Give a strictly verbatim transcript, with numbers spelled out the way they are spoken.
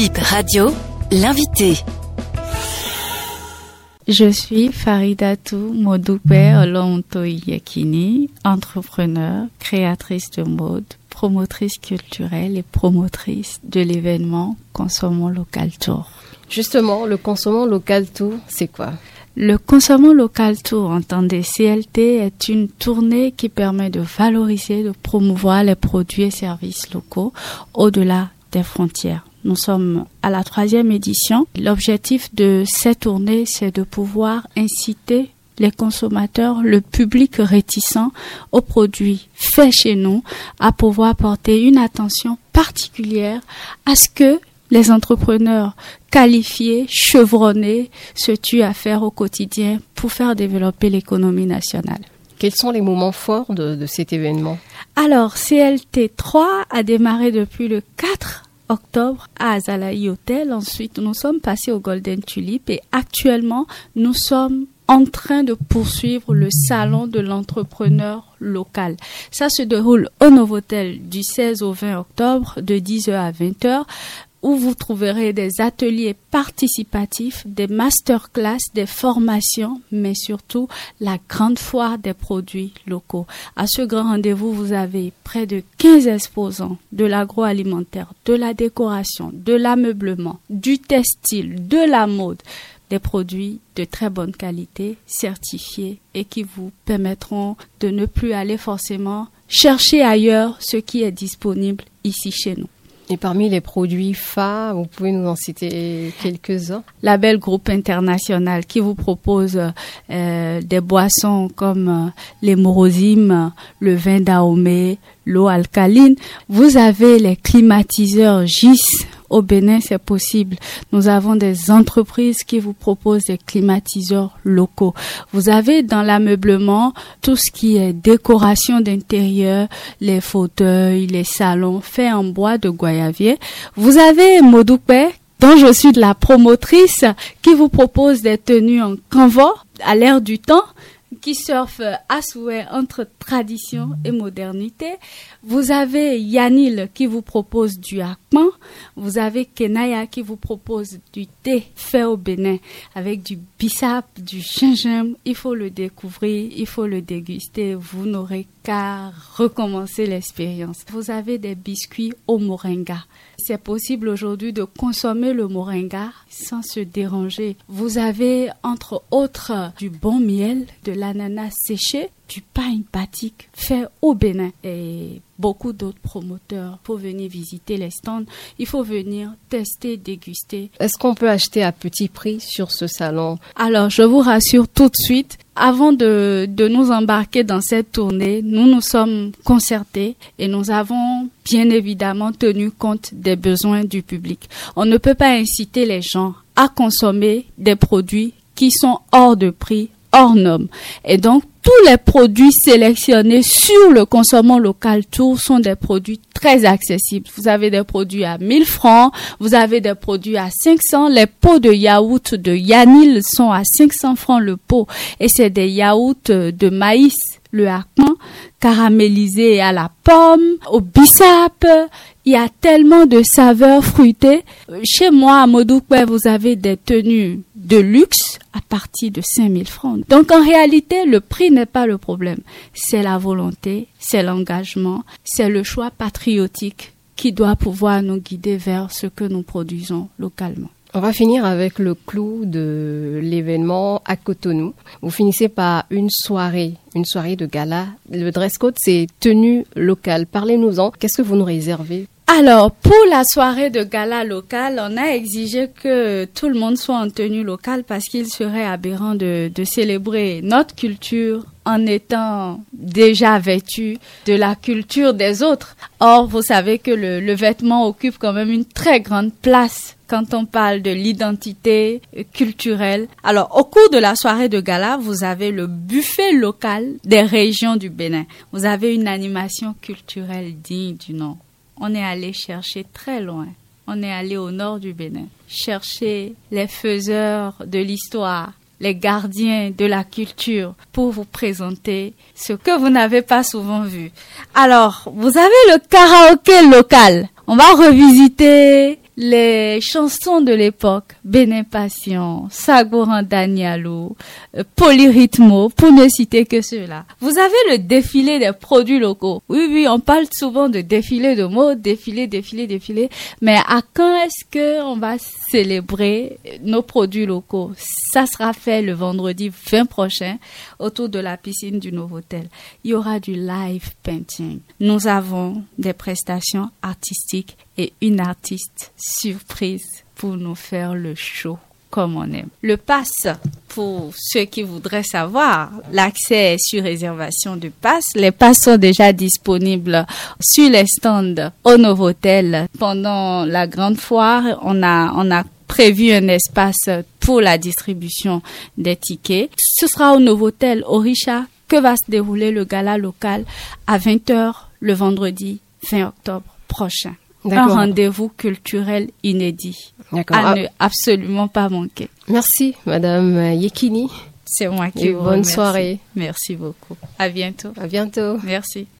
Bip Radio, l'invité. Je suis Faridatou Modoupe Olontoyekini, entrepreneur, créatrice de mode, promotrice culturelle et promotrice de l'événement Consommons Local Tour. Justement, le Consommons Local Tour, c'est quoi ? Le Consommons Local Tour, entendez, C L T, est une tournée qui permet de valoriser, de promouvoir les produits et services locaux au-delà des frontières. Nous sommes à la troisième édition. L'objectif de cette tournée, c'est de pouvoir inciter les consommateurs, le public réticent aux produits faits chez nous, à pouvoir porter une attention particulière à ce que les entrepreneurs qualifiés, chevronnés, se tuent à faire au quotidien pour faire développer l'économie nationale. Quels sont les moments forts de, de cet événement ? Alors, C L T trois a démarré depuis le quatre octobre à Azalaï Hotel. Ensuite, nous sommes passés au Golden Tulip et actuellement, nous sommes en train de poursuivre le salon de l'entrepreneur local. Ça se déroule au Novotel du seize au vingt octobre de dix heures à vingt heures. Où vous trouverez des ateliers participatifs, des masterclass, des formations, mais surtout la grande foire des produits locaux. À ce grand rendez-vous, vous avez près de quinze exposants de l'agroalimentaire, de la décoration, de l'ameublement, du textile, de la mode, des produits de très bonne qualité, certifiés et qui vous permettront de ne plus aller forcément chercher ailleurs ce qui est disponible ici chez nous. Et parmi les produits phares, vous pouvez nous en citer quelques-uns ? Label Groupe International qui vous propose euh, des boissons comme euh, les Morosim, le vin d'Ahomey, l'eau alcaline. Vous avez les climatiseurs G I S. Au Bénin, c'est possible. Nous avons des entreprises qui vous proposent des climatiseurs locaux. Vous avez dans l'ameublement tout ce qui est décoration d'intérieur, les fauteuils, les salons faits en bois de goyavier. Vous avez Modoupe, dont je suis de la promotrice, qui vous propose des tenues en canvas à l'ère du temps, qui surfe à souhait entre tradition et modernité. Vous avez Yanil qui vous propose du hakman. Vous avez Kenaya qui vous propose du thé fait au Bénin avec du bissap, du gingembre. Il faut le découvrir, il faut le déguster. Vous n'aurez qu'à recommencer l'expérience. Vous avez des biscuits au moringa. C'est possible aujourd'hui de consommer le moringa sans se déranger. Vous avez entre autres du bon miel, de l'ananas séché, du pain batik fait au Bénin et beaucoup d'autres promoteurs. Il faut venir visiter les stands, il faut venir tester, déguster. Est-ce qu'on peut acheter à petit prix sur ce salon ? Alors, je vous rassure tout de suite, avant de, de nous embarquer dans cette tournée, nous nous sommes concertés et nous avons bien évidemment tenu compte des besoins du public. On ne peut pas inciter les gens à consommer des produits qui sont hors de prix, hors normes. Et donc, tous les produits sélectionnés sur le Consommons Local Tour sont des produits très accessibles. Vous avez des produits à mille francs, vous avez des produits à cinq cents. Les pots de yaourt de Yanil sont à cinq cents francs le pot. Et c'est des yaourts de maïs, le hakman, caramélisé à la pomme, au bissap. Il y a tellement de saveurs fruitées. Chez moi, à Modoupe, vous avez des tenues de luxe à partir de cinq mille francs. Donc, en réalité, le prix n'est pas le problème. C'est la volonté, c'est l'engagement, c'est le choix patriotique qui doit pouvoir nous guider vers ce que nous produisons localement. On va finir avec le clou de l'événement à Cotonou. Vous finissez par une soirée, une soirée de gala. Le dress code, c'est tenue locale. Parlez-nous-en. Qu'est-ce que vous nous réservez ? Alors, pour la soirée de gala locale, on a exigé que tout le monde soit en tenue locale parce qu'il serait aberrant de, de célébrer notre culture en étant déjà vêtu de la culture des autres. Or, vous savez que le, le vêtement occupe quand même une très grande place quand on parle de l'identité culturelle. Alors, au cours de la soirée de gala, vous avez le buffet local des régions du Bénin. Vous avez une animation culturelle digne du nom. On est allé chercher très loin. On est allé au nord du Bénin, chercher les faiseurs de l'histoire, les gardiens de la culture pour vous présenter ce que vous n'avez pas souvent vu. Alors, vous avez le karaoké local. On va revisiter les chansons de l'époque, Bénin Passion, Sagoran Danialo, euh, Polyrythmo, pour ne citer que ceux-là. Vous avez le défilé des produits locaux. Oui, oui, on parle souvent de défilé de mode, défilé, défilé, défilé. Mais à quand est-ce que on va célébrer nos produits locaux? Ça sera fait le vendredi vingt prochain autour de la piscine du Novotel. Il y aura du live painting. Nous avons des prestations artistiques et une artiste surprise pour nous faire le show comme on aime. Le pass, pour ceux qui voudraient savoir, l'accès est sur réservation du pass. Les passes sont déjà disponibles sur les stands au Novotel. Pendant la grande foire, on a, on a prévu un espace pour la distribution des tickets. Ce sera au Novotel, au Richa, que va se dérouler le gala local à vingt heures le vendredi vingt octobre prochain. D'accord. Un rendez-vous culturel inédit. D'accord. À Ah. ne absolument pas manquer. Merci, Madame Yekini. C'est moi qui Et vous bonne remercie. soirée. Merci beaucoup. À bientôt. À bientôt. Merci.